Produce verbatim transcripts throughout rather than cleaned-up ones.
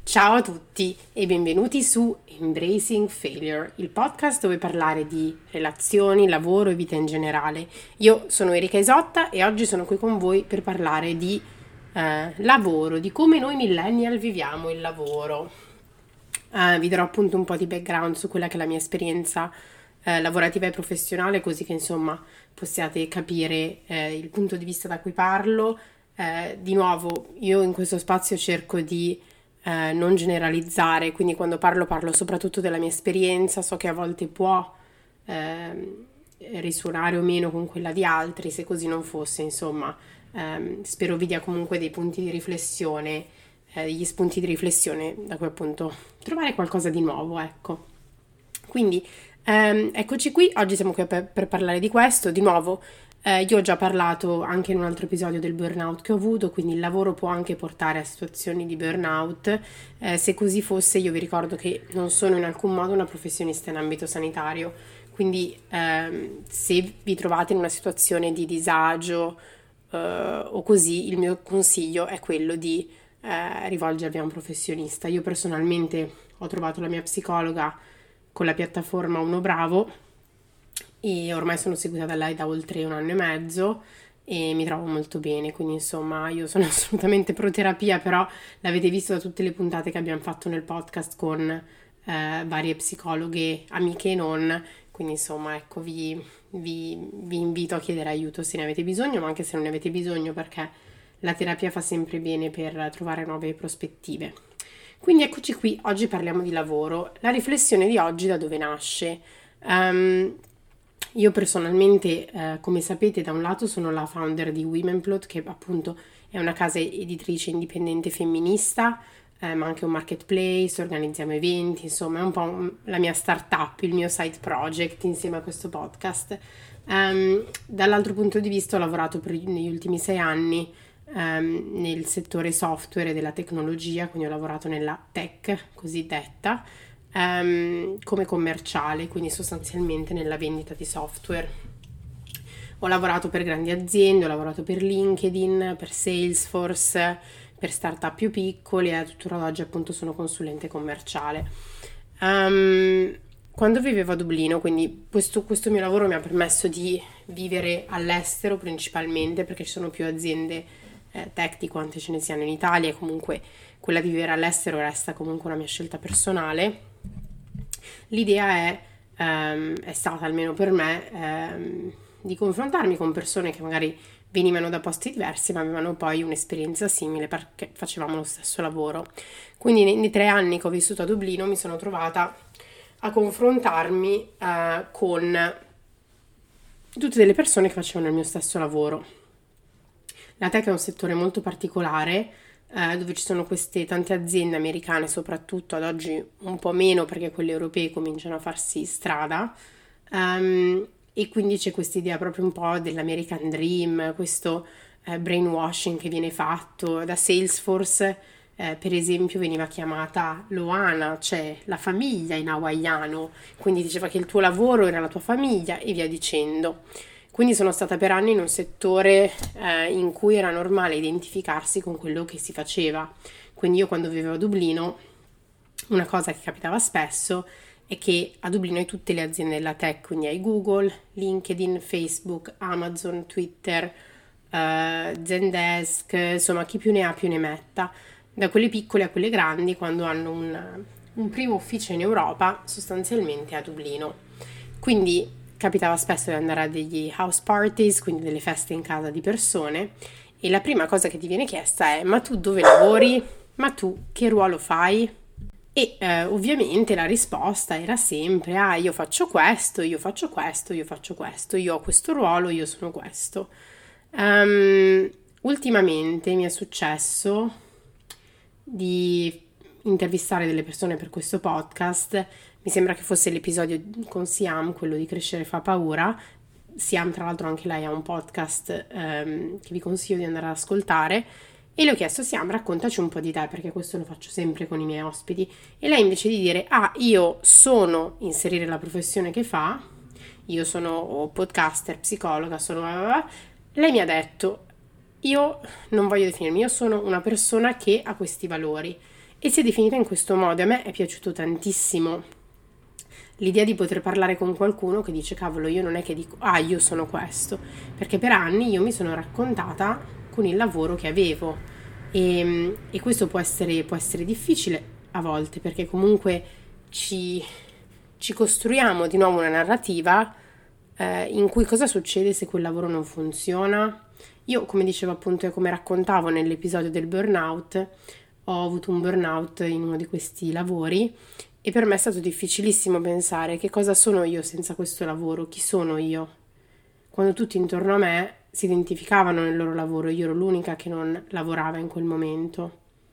Ciao a tutti e benvenuti su Embracing Failure, il podcast dove parlare di relazioni, lavoro e vita in generale. Io sono Erika Isotta e oggi sono qui con voi per parlare di eh, lavoro, di come noi millennial viviamo il lavoro. Eh, vi darò appunto un po' di background su quella che è la mia esperienza eh, lavorativa e professionale, così che insomma possiate capire eh, il punto di vista da cui parlo. Eh, di nuovo, io in questo spazio cerco di Eh, non generalizzare, quindi quando parlo parlo soprattutto della mia esperienza, so che a volte può ehm, risuonare o meno con quella di altri, se così non fosse, insomma, ehm, spero vi dia comunque dei punti di riflessione, eh, degli spunti di riflessione da cui appunto trovare qualcosa di nuovo, ecco. Quindi ehm, eccoci qui, oggi siamo qui per, per parlare di questo, di nuovo. Eh, io ho già parlato anche in un altro episodio del burnout che ho avuto, quindi il lavoro può anche portare a situazioni di burnout. Eh, se così fosse, io vi ricordo che non sono in alcun modo una professionista in ambito sanitario, quindi ehm, se vi trovate in una situazione di disagio eh, o così, il mio consiglio è quello di eh, rivolgervi a un professionista. Io personalmente ho trovato la mia psicologa con la piattaforma Uno Bravo e ormai sono seguita da lei da oltre un anno e mezzo e mi trovo molto bene, quindi insomma io sono assolutamente pro terapia, però l'avete visto da tutte le puntate che abbiamo fatto nel podcast con eh, varie psicologhe, amiche e non, quindi insomma ecco vi, vi, vi invito a chiedere aiuto se ne avete bisogno, ma anche se non ne avete bisogno, perché la terapia fa sempre bene per trovare nuove prospettive. Quindi eccoci qui, oggi parliamo di lavoro. La riflessione di oggi da dove nasce? Um, Io personalmente, eh, come sapete, da un lato sono la founder di Womenplot, che appunto è una casa editrice indipendente femminista, eh, ma anche un marketplace, organizziamo eventi, insomma è un po' un, la mia startup, il mio side project insieme a questo podcast. Um, dall'altro punto di vista ho lavorato per negli ultimi sei anni um, nel settore software e della tecnologia, quindi ho lavorato nella tech cosiddetta, Um, come commerciale, quindi sostanzialmente nella vendita di software. Ho lavorato per grandi aziende, ho lavorato per LinkedIn, per Salesforce, per startup più piccole e tuttora oggi appunto sono consulente commerciale. Um, quando vivevo a Dublino, quindi questo, questo mio lavoro mi ha permesso di vivere all'estero principalmente, perché ci sono più aziende eh, tech di quante ce ne siano in Italia, e comunque quella di vivere all'estero resta comunque una mia scelta personale. L'idea è, um, è stata, almeno per me, um, di confrontarmi con persone che magari venivano da posti diversi ma avevano poi un'esperienza simile perché facevamo lo stesso lavoro. Quindi nei, nei tre anni che ho vissuto a Dublino mi sono trovata a confrontarmi uh, con tutte delle persone che facevano il mio stesso lavoro. La tech è un settore molto particolare, Eh, dove ci sono queste tante aziende americane, soprattutto ad oggi un po' meno perché quelle europee cominciano a farsi strada, um, e quindi c'è questa idea proprio un po' dell'American Dream, questo eh, brainwashing che viene fatto da Salesforce. Eh, per esempio veniva chiamata Loana, cioè la famiglia in hawaiano, quindi diceva che il tuo lavoro era la tua famiglia e via dicendo. Quindi sono stata per anni in un settore eh, in cui era normale identificarsi con quello che si faceva. Quindi io quando vivevo a Dublino, una cosa che capitava spesso è che a Dublino hai tutte le aziende della tech, quindi hai Google, LinkedIn, Facebook, Amazon, Twitter, eh, Zendesk, insomma chi più ne ha più ne metta. Da quelle piccole a quelle grandi, quando hanno un, un primo ufficio in Europa, sostanzialmente a Dublino. Quindi capitava spesso di andare a degli house parties, quindi delle feste in casa di persone, e la prima cosa che ti viene chiesta è: ma tu dove lavori? Ma tu che ruolo fai? E eh, ovviamente la risposta era sempre: ah, io faccio questo, io faccio questo, io faccio questo, io ho questo ruolo, io sono questo. Um, ultimamente mi è successo di intervistare delle persone per questo podcast. Mi sembra che fosse l'episodio con Siam, quello di Crescere fa paura. Siam, tra l'altro, anche lei ha un podcast ehm, che vi consiglio di andare ad ascoltare. E le ho chiesto: Siam, raccontaci un po' di te, perché questo lo faccio sempre con i miei ospiti. E lei, invece di dire: ah, io sono, inserire la professione che fa, io sono podcaster, psicologa, sono... lei mi ha detto: io non voglio definirmi, io sono una persona che ha questi valori. e si è definita in questo modo. A me è piaciuto tantissimo l'idea di poter parlare con qualcuno che dice cavolo, io non è che dico ah io sono questo, perché per anni io mi sono raccontata con il lavoro che avevo e, e questo può essere, può essere difficile a volte, perché comunque ci, ci costruiamo di nuovo una narrativa eh, in cui cosa succede se quel lavoro non funziona. Io, come dicevo appunto e come raccontavo nell'episodio del burnout, ho avuto un burnout in uno di questi lavori e per me è stato difficilissimo pensare che cosa sono io senza questo lavoro, chi sono io. Quando tutti intorno a me si identificavano nel loro lavoro, io ero l'unica che non lavorava in quel momento.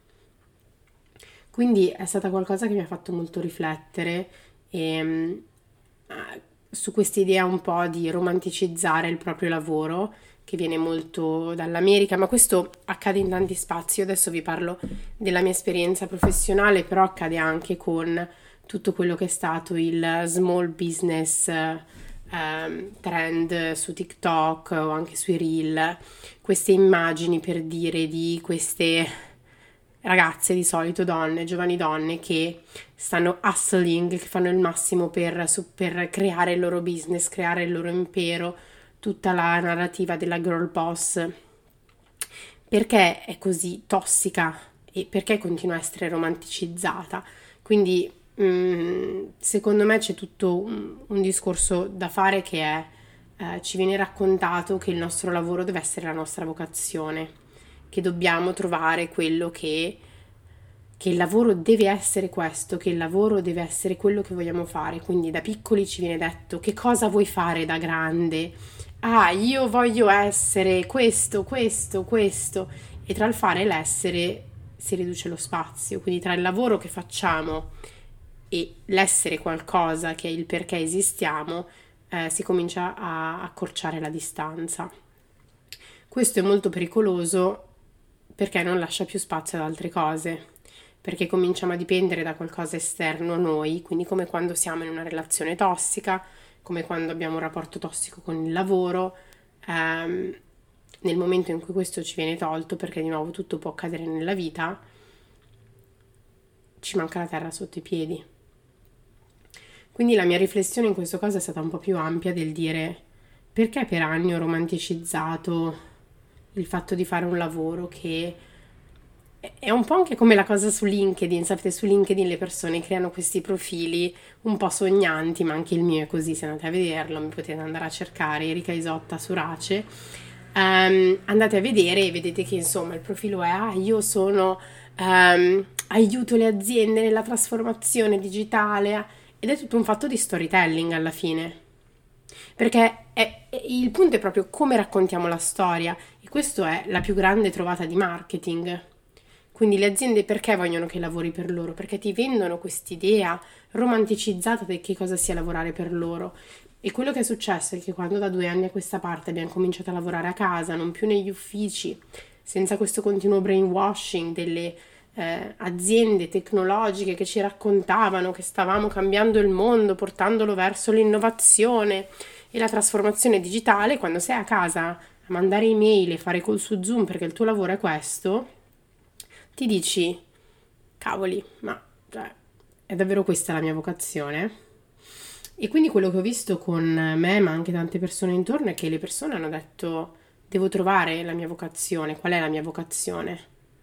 Quindi è stata qualcosa che mi ha fatto molto riflettere e, uh, su questa idea un po' di romanticizzare il proprio lavoro, che viene molto dall'America, ma questo accade in tanti spazi. Io adesso vi parlo della mia esperienza professionale, però accade anche con tutto quello che è stato il small business um, trend su TikTok o anche sui Reel, queste immagini per dire di queste ragazze, di solito donne, giovani donne che stanno hustling, che fanno il massimo per, per creare il loro business, creare il loro impero, tutta la narrativa della girl boss. Perché è così tossica e perché continua a essere romanticizzata? Quindi mh, secondo me c'è tutto un, un discorso da fare, che è eh, ci viene raccontato che il nostro lavoro deve essere la nostra vocazione, che dobbiamo trovare quello che che il lavoro deve essere questo, che il lavoro deve essere quello che vogliamo fare. Quindi da piccoli ci viene detto che cosa vuoi fare da grande. Ah, io voglio essere questo, questo, questo. E tra il fare e l'essere si riduce lo spazio. Quindi tra il lavoro che facciamo e l'essere qualcosa, che è il perché esistiamo, eh, si comincia a accorciare la distanza. Questo è molto pericoloso perché non lascia più spazio ad altre cose, perché cominciamo a dipendere da qualcosa esterno a noi, quindi come quando siamo in una relazione tossica, come quando abbiamo un rapporto tossico con il lavoro, ehm, nel momento in cui questo ci viene tolto, perché di nuovo tutto può accadere nella vita, ci manca la terra sotto i piedi. Quindi la mia riflessione in questo caso è stata un po' più ampia, del dire perché per anni ho romanticizzato il fatto di fare un lavoro che è un po' anche come la cosa su LinkedIn. Sapete, su LinkedIn le persone creano questi profili un po' sognanti, ma anche il mio è così. Se andate a vederlo, mi potete andare a cercare Erika Isotta su Race, um, andate a vedere e vedete che insomma il profilo è ah io sono um, aiuto le aziende nella trasformazione digitale, ed è tutto un fatto di storytelling alla fine, perché è, è, il punto è proprio come raccontiamo la storia, e questo è la più grande trovata di marketing. Quindi le aziende perché vogliono che lavori per loro? Perché ti vendono quest'idea romanticizzata di che cosa sia lavorare per loro. E quello che è successo è che quando da due anni a questa parte abbiamo cominciato a lavorare a casa, non più negli uffici, senza questo continuo brainwashing delle eh, aziende tecnologiche che ci raccontavano che stavamo cambiando il mondo, portandolo verso l'innovazione e la trasformazione digitale, quando sei a casa a mandare email e fare call su Zoom perché il tuo lavoro è questo, ti dici, cavoli, ma cioè, è davvero questa la mia vocazione? E quindi quello che ho visto con me, ma anche tante persone intorno, è che le persone hanno detto, devo trovare la mia vocazione. Qual è la mia vocazione?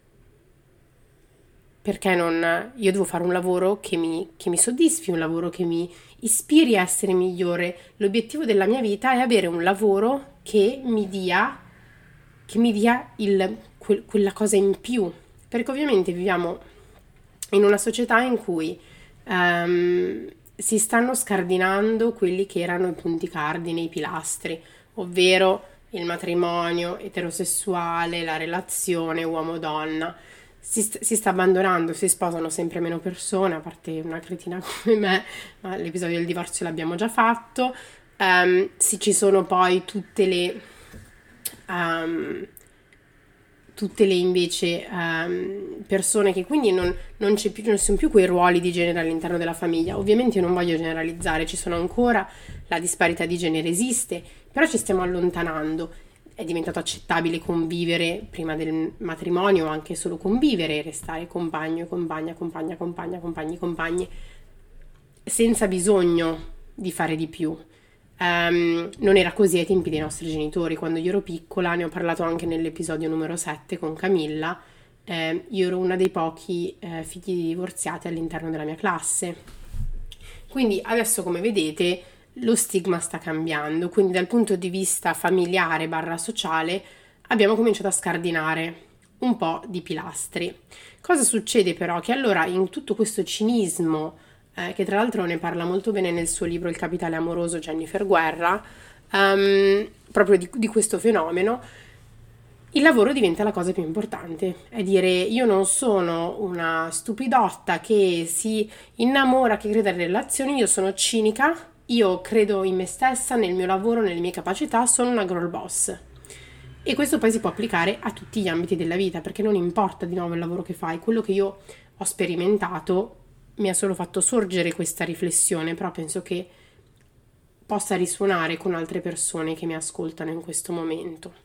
Perché non, io devo fare un lavoro che mi, che mi soddisfi, un lavoro che mi ispiri a essere migliore. L'obiettivo della mia vita è avere un lavoro che mi dia, che mi dia il, que, quella cosa in più. Perché ovviamente viviamo in una società in cui um, si stanno scardinando quelli che erano i punti cardine, i pilastri, ovvero il matrimonio eterosessuale, la relazione uomo-donna. Si, st- si sta abbandonando, si sposano sempre meno persone, a parte una cretina come me, ma l'episodio del divorzio l'abbiamo già fatto. Um, sì, ci sono poi tutte le... Um, tutte le invece um, persone che quindi non, non c'è più, non ci sono più quei ruoli di genere all'interno della famiglia. Ovviamente io non voglio generalizzare, ci sono ancora, la disparità di genere esiste, però ci stiamo allontanando. è diventato accettabile convivere prima del matrimonio, o anche solo convivere, restare compagno, compagna, compagna, compagna, compagni, compagni, senza bisogno di fare di più. Um, non era così ai tempi dei nostri genitori. Quando io ero piccola, ne ho parlato anche nell'episodio numero sette con Camilla, eh, io ero una dei pochi eh, figli divorziati all'interno della mia classe. Quindi adesso, come vedete, lo stigma sta cambiando, quindi dal punto di vista familiare barra sociale abbiamo cominciato a scardinare un po' di pilastri. Cosa succede però? Che allora in tutto questo cinismo, eh, che tra l'altro ne parla molto bene nel suo libro Il capitale amoroso Jennifer Guerra, um, proprio di, di questo fenomeno, il lavoro diventa la cosa più importante. È dire, io non sono una stupidotta che si innamora, che crede alle relazioni, io sono cinica, io credo in me stessa, nel mio lavoro, nelle mie capacità, sono una girl boss. E questo poi si può applicare a tutti gli ambiti della vita, perché non importa di nuovo il lavoro che fai. Quello che io ho sperimentato mi ha solo fatto sorgere questa riflessione, però penso che possa risuonare con altre persone che mi ascoltano in questo momento.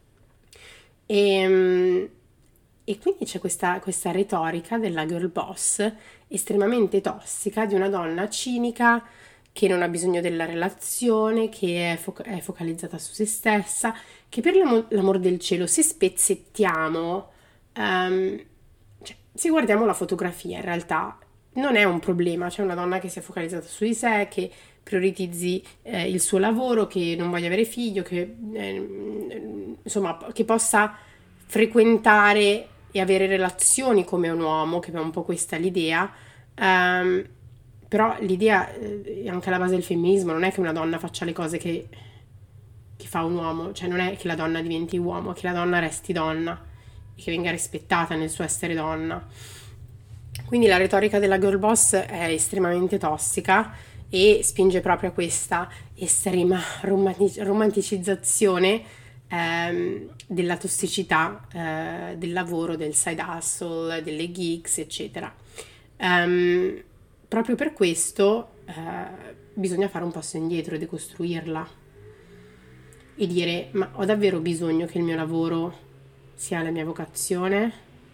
E, e quindi c'è questa, questa retorica della girl boss estremamente tossica, di una donna cinica che non ha bisogno della relazione, che è, fo- è focalizzata su se stessa, che per l'amo- l'amor del cielo, se spezzettiamo, um, cioè, se guardiamo la fotografia, in realtà non è un problema. C'è una donna che si è focalizzata su di sé, che prioritizzi eh, il suo lavoro, che non voglia avere figlio, che eh, insomma, che possa frequentare e avere relazioni come un uomo, che è un po' questa l'idea. Um, Però l'idea, eh, anche alla base del femminismo, non è che una donna faccia le cose che, che fa un uomo, cioè non è che la donna diventi uomo, è che la donna resti donna e che venga rispettata nel suo essere donna. Quindi la retorica della girl boss è estremamente tossica e spinge proprio a questa estrema romantic- romanticizzazione ehm, della tossicità eh, del lavoro, del side hustle, delle gigs, eccetera. Um, Proprio per questo eh, bisogna fare un passo indietro e decostruirla e dire: ma ho davvero bisogno che il mio lavoro sia la mia vocazione?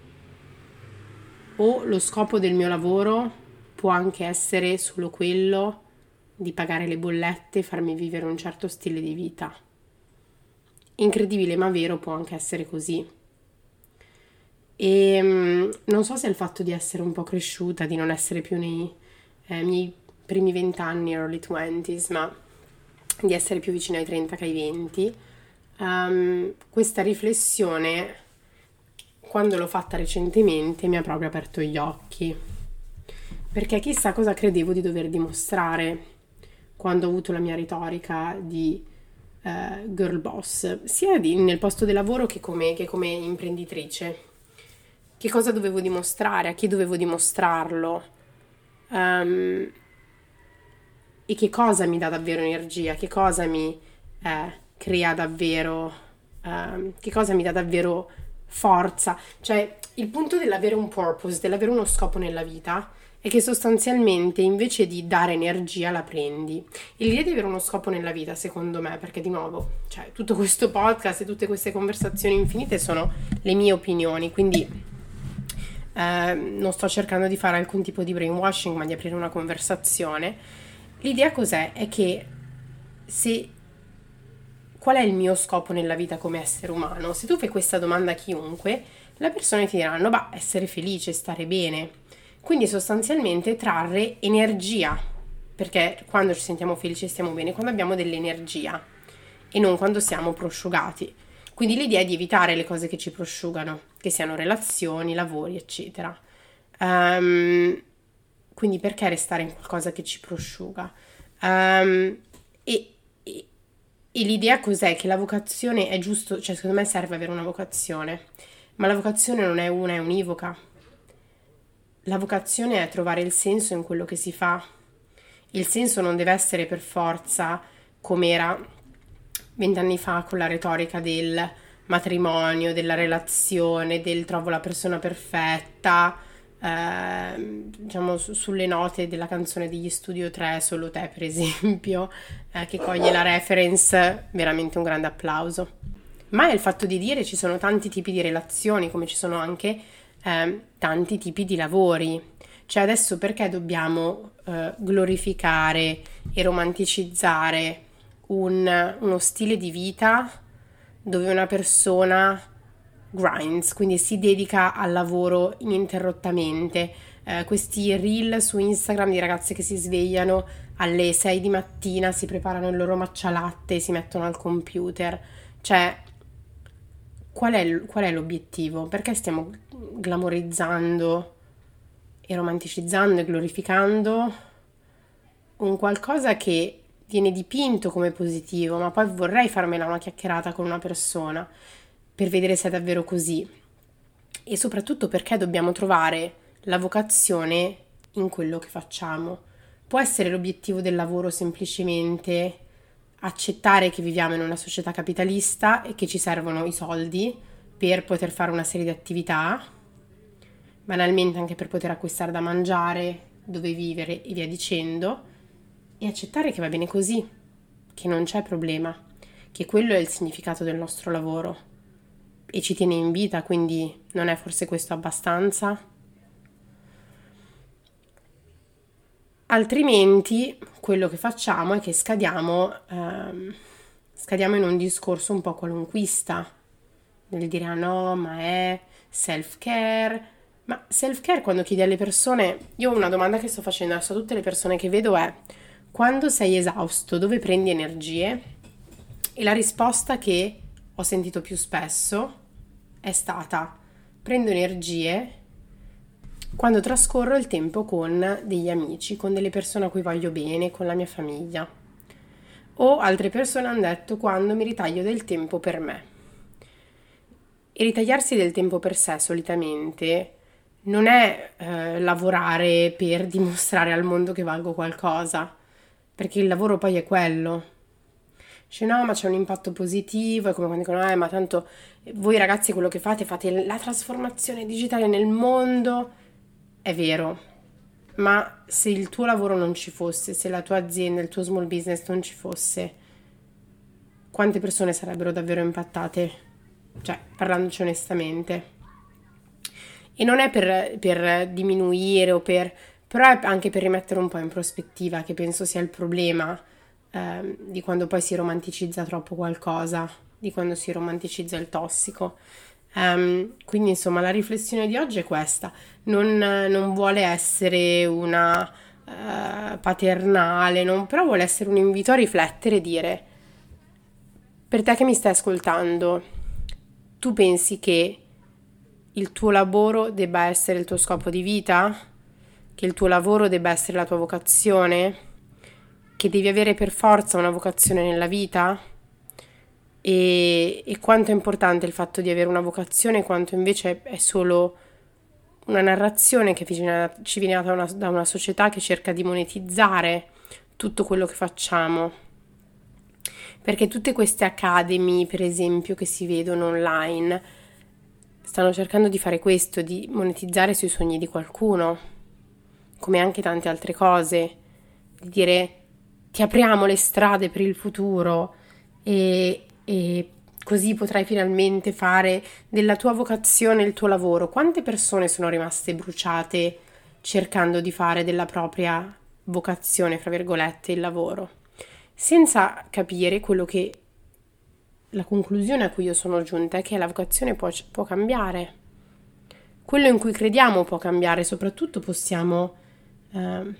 O lo scopo del mio lavoro può anche essere solo quello di pagare le bollette e farmi vivere un certo stile di vita? Incredibile ma vero, può anche essere così. E um, non so se è il fatto di essere un po' cresciuta, di non essere più nei eh, miei primi vent'anni, early twenties, ma di essere più vicina ai trenta che ai venti. Um, questa riflessione, quando l'ho fatta recentemente, mi ha proprio aperto gli occhi, perché chissà cosa credevo di dover dimostrare quando ho avuto la mia retorica di uh, girl boss, sia di, nel posto di lavoro che come, che come imprenditrice. Che cosa dovevo dimostrare, a chi dovevo dimostrarlo, um, e che cosa mi dà davvero energia, che cosa mi eh, crea davvero, um, che cosa mi dà davvero forza. Cioè, il punto dell'avere un purpose, dell'avere uno scopo nella vita, è che sostanzialmente invece di dare energia la prendi. E l'idea di avere uno scopo nella vita, secondo me, perché di nuovo, cioè, tutto questo podcast e tutte queste conversazioni infinite sono le mie opinioni, quindi Uh, non sto cercando di fare alcun tipo di brainwashing, ma di aprire una conversazione. L'idea cos'è? È che se qual è il mio scopo nella vita come essere umano? Se tu fai questa domanda a chiunque, le persone ti diranno: bah, essere felice, stare bene. Quindi sostanzialmente trarre energia, perché quando ci sentiamo felici e stiamo bene, quando abbiamo dell'energia e non quando siamo prosciugati. Quindi l'idea è di evitare le cose che ci prosciugano, che siano relazioni, lavori, eccetera. Um, quindi perché restare in qualcosa che ci prosciuga? Um, e, e, e l'idea cos'è? Che la vocazione è giusto, cioè secondo me serve avere una vocazione, ma la vocazione non è una, è univoca. La vocazione è trovare il senso in quello che si fa. Il senso non deve essere per forza come era vent'anni fa con la retorica del matrimonio, della relazione, del trovo la persona perfetta, eh, diciamo su, sulle note della canzone degli Studio tre, Solo te per esempio, eh, che coglie la reference, veramente un grande applauso. ma è il fatto di dire ci sono tanti tipi di relazioni, come ci sono anche eh, tanti tipi di lavori. Cioè adesso perché dobbiamo eh, glorificare e romanticizzare un, uno stile di vita dove una persona grinds, quindi si dedica al lavoro ininterrottamente. Eh, questi reel su Instagram di ragazze che si svegliano alle sei di mattina, si preparano il loro matcha latte e si mettono al computer. Cioè, qual è, qual è l'obiettivo? Perché stiamo glamorizzando e romanticizzando e glorificando un qualcosa che viene dipinto come positivo, ma poi vorrei farmela una chiacchierata con una persona per vedere se è davvero così. E soprattutto perché dobbiamo trovare la vocazione in quello che facciamo. Può essere l'obiettivo del lavoro semplicemente accettare che viviamo in una società capitalista e che ci servono i soldi per poter fare una serie di attività, banalmente anche per poter acquistare da mangiare, dove vivere e via dicendo, e accettare che va bene così, che non c'è problema, che quello è il significato del nostro lavoro e ci tiene in vita, quindi non è forse questo abbastanza? Altrimenti quello che facciamo è che scadiamo, ehm, scadiamo in un discorso un po' qualunquista, nel dire ah no, ma è self-care. Ma self-care quando chiedi alle persone, io una domanda che sto facendo adesso a tutte le persone che vedo è: quando sei esausto, dove prendi energie? E la risposta che ho sentito più spesso è stata: prendo energie quando trascorro il tempo con degli amici, con delle persone a cui voglio bene, con la mia famiglia. O altre persone hanno detto quando mi ritaglio del tempo per me. E ritagliarsi del tempo per sé solitamente non è eh, lavorare per dimostrare al mondo che valgo qualcosa, perché il lavoro poi è quello. Dice no, ma c'è un impatto positivo, è come quando dicono eh, ma tanto voi ragazzi quello che fate, fate la trasformazione digitale nel mondo. È vero, ma se il tuo lavoro non ci fosse, se la tua azienda, il tuo small business non ci fosse, quante persone sarebbero davvero impattate? Cioè, parlandoci onestamente. E non è per, per diminuire o per... però è anche per rimettere un po' in prospettiva, che penso sia il problema eh, di quando poi si romanticizza troppo qualcosa, di quando si romanticizza il tossico. Um, quindi insomma la riflessione di oggi è questa: non, non vuole essere una uh, paternale, non, però vuole essere un invito a riflettere e dire: per te che mi stai ascoltando, tu pensi che il tuo lavoro debba essere il tuo scopo di vita? Che il tuo lavoro debba essere la tua vocazione? Che devi avere per forza una vocazione nella vita? E, e quanto è importante il fatto di avere una vocazione, quanto invece è solo una narrazione che ci viene data una, da una società che cerca di monetizzare tutto quello che facciamo. Perché tutte queste academy, per esempio, che si vedono online, stanno cercando di fare questo, di monetizzare sui sogni di qualcuno, come anche tante altre cose, di dire ti apriamo le strade per il futuro e e così potrai finalmente fare della tua vocazione il tuo lavoro. Quante persone sono rimaste bruciate cercando di fare della propria vocazione, fra virgolette, il lavoro, senza capire quello che la conclusione a cui io sono giunta è che la vocazione può, può cambiare. Quello in cui crediamo può cambiare, soprattutto possiamo eh,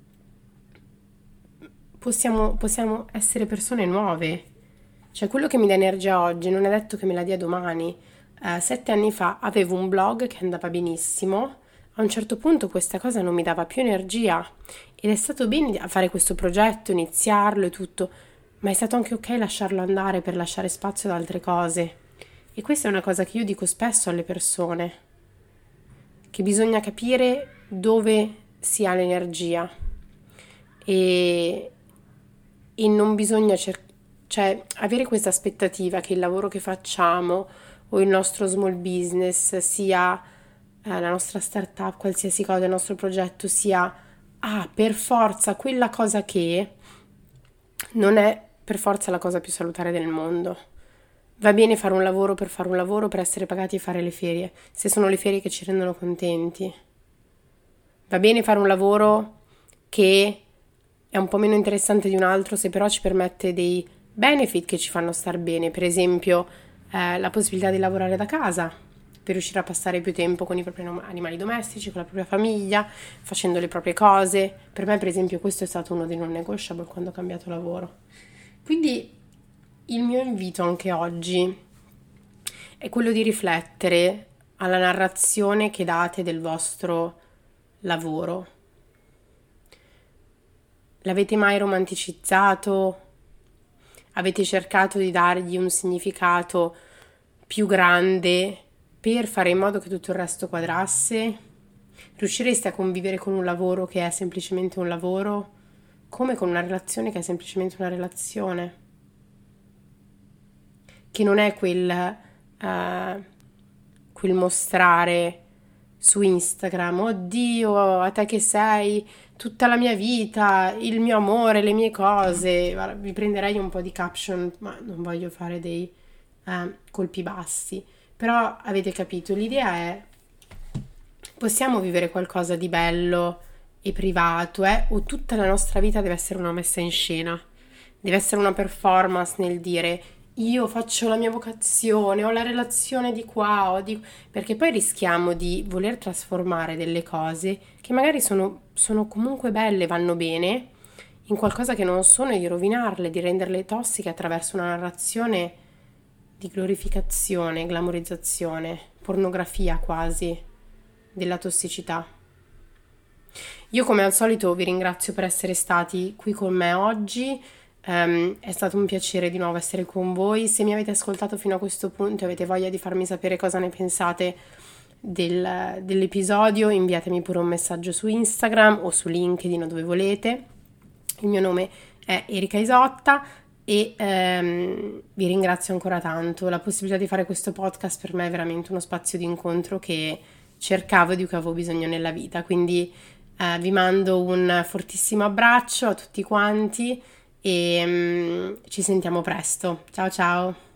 possiamo, possiamo essere persone nuove. Cioè quello che mi dà energia oggi non è detto che me la dia domani. Eh, sette anni fa avevo un blog che andava benissimo, a un certo punto questa cosa non mi dava più energia ed è stato bene fare questo progetto, iniziarlo e tutto, ma è stato anche ok lasciarlo andare per lasciare spazio ad altre cose. E questa è una cosa che io dico spesso alle persone, che bisogna capire dove si ha l'energia e, e non bisogna cercare. Cioè, avere questa aspettativa che il lavoro che facciamo o il nostro small business sia eh, la nostra startup, qualsiasi cosa, il nostro progetto sia ah, per forza quella cosa che non è per forza la cosa più salutare del mondo. Va bene fare un lavoro per fare un lavoro, per essere pagati e fare le ferie, se sono le ferie che ci rendono contenti. Va bene fare un lavoro che è un po' meno interessante di un altro, se però ci permette dei benefit che ci fanno star bene, per esempio eh, la possibilità di lavorare da casa, per riuscire a passare più tempo con i propri animali domestici, con la propria famiglia, facendo le proprie cose. Per me, per esempio, questo è stato uno dei non negotiable quando ho cambiato lavoro. Quindi il mio invito anche oggi è quello di riflettere alla narrazione che date del vostro lavoro. L'avete mai romanticizzato? Avete cercato di dargli un significato più grande per fare in modo che tutto il resto quadrasse? Riuscireste a convivere con un lavoro che è semplicemente un lavoro, come con una relazione che è semplicemente una relazione? Che non è quel, uh, quel mostrare su Instagram, oddio, a te che sei, tutta la mia vita, il mio amore, le mie cose. Guarda, vi prenderei un po' di caption, ma non voglio fare dei uh, colpi bassi. Però avete capito, l'idea è: possiamo vivere qualcosa di bello e privato, eh? O tutta la nostra vita deve essere una messa in scena, deve essere una performance nel dire io faccio la mia vocazione, ho la relazione di qua, ho di... perché poi rischiamo di voler trasformare delle cose che magari sono, sono comunque belle, vanno bene, in qualcosa che non sono, e di rovinarle, di renderle tossiche attraverso una narrazione di glorificazione, glamorizzazione, pornografia quasi della tossicità. Io come al solito vi ringrazio per essere stati qui con me oggi. Um, è stato un piacere di nuovo essere con voi. Se mi avete ascoltato fino a questo punto e avete voglia di farmi sapere cosa ne pensate del, dell'episodio, inviatemi pure un messaggio su Instagram o su LinkedIn o dove volete. Il mio nome è Erika Isotta e um, vi ringrazio ancora tanto. La possibilità di fare questo podcast per me è veramente uno spazio di incontro che cercavo e di cui avevo bisogno nella vita, quindi uh, vi mando un fortissimo abbraccio a tutti quanti e um, ci sentiamo presto. Ciao ciao!